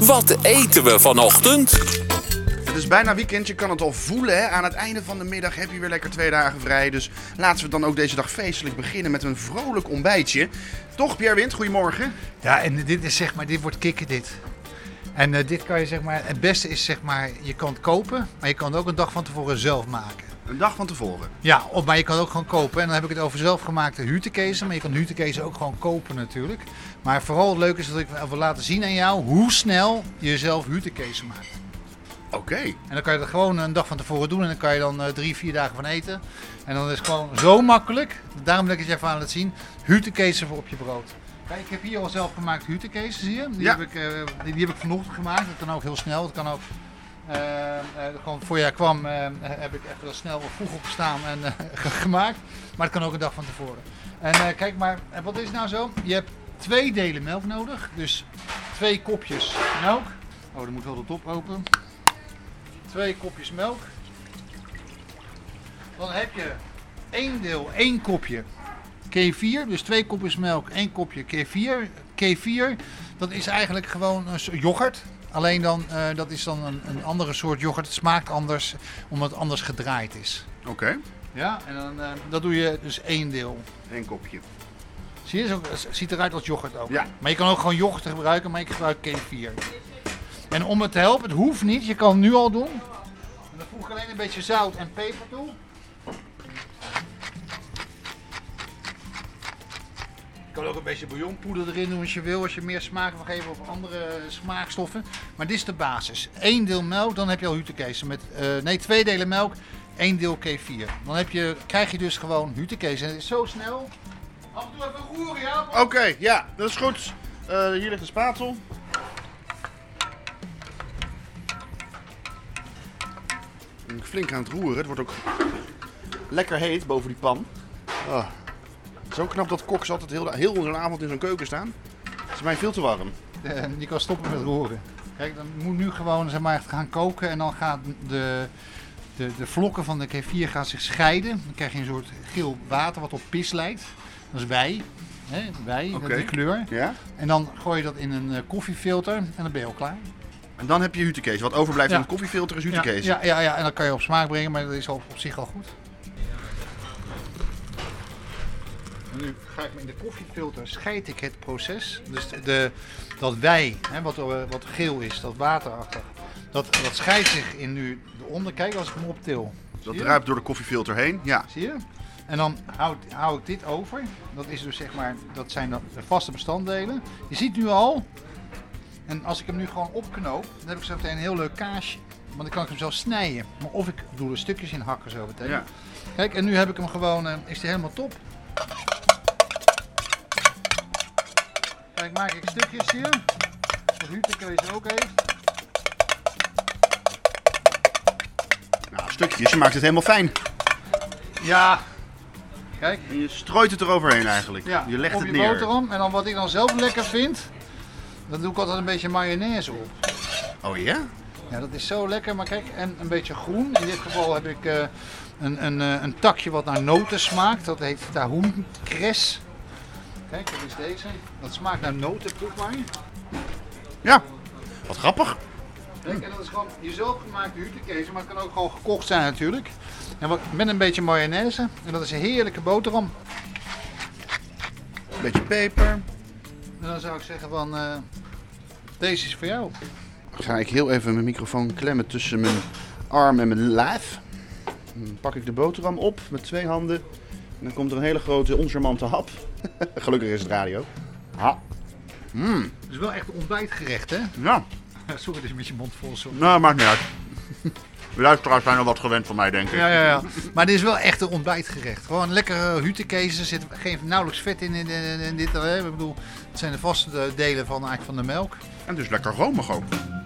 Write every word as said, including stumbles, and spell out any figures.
Wat eten we vanochtend? Het is bijna weekend, je kan het al voelen. Hè? Aan het einde van de middag heb je weer lekker twee dagen vrij. Dus laten we dan ook deze dag feestelijk beginnen met een vrolijk ontbijtje. Toch, Pierre Wind, goedemorgen. Ja, en dit is zeg maar, dit wordt kicken dit. En uh, dit kan je zeg maar, het beste is zeg maar, je kan het kopen, maar je kan het ook een dag van tevoren zelf maken. Een dag van tevoren? Ja, of, maar je kan het ook gewoon kopen. En dan heb ik het over zelfgemaakte hutekezen, maar je kan hutekezen ook gewoon kopen natuurlijk. Maar vooral het leuke is dat ik wil laten zien aan jou hoe snel je zelf hutekezen maakt. Oké. Okay. En dan kan je dat gewoon een dag van tevoren doen en dan kan je dan uh, drie, vier dagen van eten. En dan is het gewoon zo makkelijk. Daarom wil ik het je even aan laten zien. Hutekezen voor op je brood. Kijk, ik heb hier al zelf gemaakt hutekezen, zie je? Die, ja. heb ik, uh, die, die heb ik vanochtend gemaakt. Dat kan ook heel snel. Dat kan ook, uh, uh, gewoon voor jij kwam uh, heb ik even snel vroeg opgestaan en uh, gemaakt. Maar het kan ook een dag van tevoren. En uh, kijk maar, wat is nou zo? Je hebt twee delen melk nodig. Dus twee kopjes melk. Oh, dan moet wel de top open. Twee kopjes melk. Dan heb je één deel, één kopje kefir. Dus twee kopjes melk, één kopje kefir. Kefir, dat is eigenlijk gewoon een yoghurt. Alleen dan, uh, dat is dan een, een andere soort yoghurt. Het smaakt anders, omdat het anders gedraaid is. Oké. Okay. Ja, en dan uh, dat doe je dus één deel. Eén kopje. Zie je, het ziet eruit als yoghurt ook. Ja. Maar je kan ook gewoon yoghurt gebruiken, maar ik gebruik kefir. En om het te helpen, het hoeft niet, je kan het nu al doen. En dan voeg ik alleen een beetje zout en peper toe. Je kan ook een beetje bouillonpoeder erin doen als je wil, als je meer smaak wil geven of andere smaakstoffen. Maar dit is de basis. Eén deel melk, dan heb je al hutekezen. Met, uh, nee, twee delen melk, één deel kefir. Dan heb je, krijg je dus gewoon hutekezen. En het is zo snel. Af en toe even roeren, ja? Oké, okay, ja, dat is goed. Uh, hier ligt de spatel. Flink aan het roeren. Het wordt ook lekker heet boven die pan. Oh. Zo knap dat koks altijd heel, heel de avond in zo'n keuken staan. Het is mij veel te warm. Uh, je kan stoppen met roeren. Kijk, dan moet nu gewoon zeg maar, gaan koken en dan gaan de, de, de vlokken van de kefir gaan zich scheiden. Dan krijg je een soort geel water wat op pis lijkt. Dat is wei. Hè? Wei, okay. De kleur. Ja? En dan gooi je dat in een uh, koffiefilter en dan ben je al klaar. En dan heb je hutekezen. Wat overblijft ja. van het koffiefilter is hutekezen. Ja, ja, ja, ja, en dan kan je op smaak brengen, maar dat is al op zich al goed. En nu ga ik in de koffiefilter, scheid ik het proces. Dus de, de, dat wei, hè, wat, wat geel is, dat waterachtig, dat, dat scheidt zich in nu de onder. Kijk als ik hem optil. Dat druipt door de koffiefilter heen, ja. Zie je? En dan hou, hou ik dit over. Dat is dus zeg maar, dat zijn de vaste bestanddelen. Je ziet nu al. En als ik hem nu gewoon opknoop, dan heb ik zo meteen een heel leuk kaasje. Want dan kan ik hem zelf snijden. Maar of ik doe er stukjes in hakken zo meteen. Ja. Kijk, en nu heb ik hem gewoon, uh, is hij helemaal top. Kijk, maak ik stukjes hier. Wat hutekezen ook heeft. Nou, stukjes, je maakt het helemaal fijn. Ja. Kijk. En je strooit het eroverheen eigenlijk. Ja, je legt op het je neer. boterham. En dan wat ik dan zelf lekker vind, dan doe ik altijd een beetje mayonaise op. Oh ja? Ja, dat is zo lekker. Maar kijk, en een beetje groen. In dit geval heb ik uh, een, een, uh, een takje wat naar noten smaakt. Dat heet tahoenkres. Kijk, dat is deze. Dat smaakt naar noten, proef maar. Ja, wat grappig. Kijk, en dat is gewoon je zelfgemaakte hutekezen, maar het kan ook gewoon gekocht zijn natuurlijk. En wat, met een beetje mayonaise. En dat is een heerlijke boterham. Een beetje peper. En dan zou ik zeggen van, uh, deze is voor jou. Dan ga ik heel even mijn microfoon klemmen tussen mijn arm en mijn lijf. Dan pak ik de boterham op met twee handen. En dan komt er een hele grote, oncharmante hap. Gelukkig is het radio. Ha. Mm. Het is wel echt een ontbijtgerecht, hè? Ja. Sorry, dit is met je mond vol. Sorry. Nou, maakt niet uit. De luisteraars zijn al wat gewend van mij, denk ik. Ja, ja, ja. Maar dit is wel echt een ontbijtgerecht. Gewoon lekkere hutekezen. Er zit geen nauwelijks vet in, in, in, in dit. Hè? Ik bedoel, het zijn de vaste delen van, eigenlijk van de melk. En dus lekker romig ook.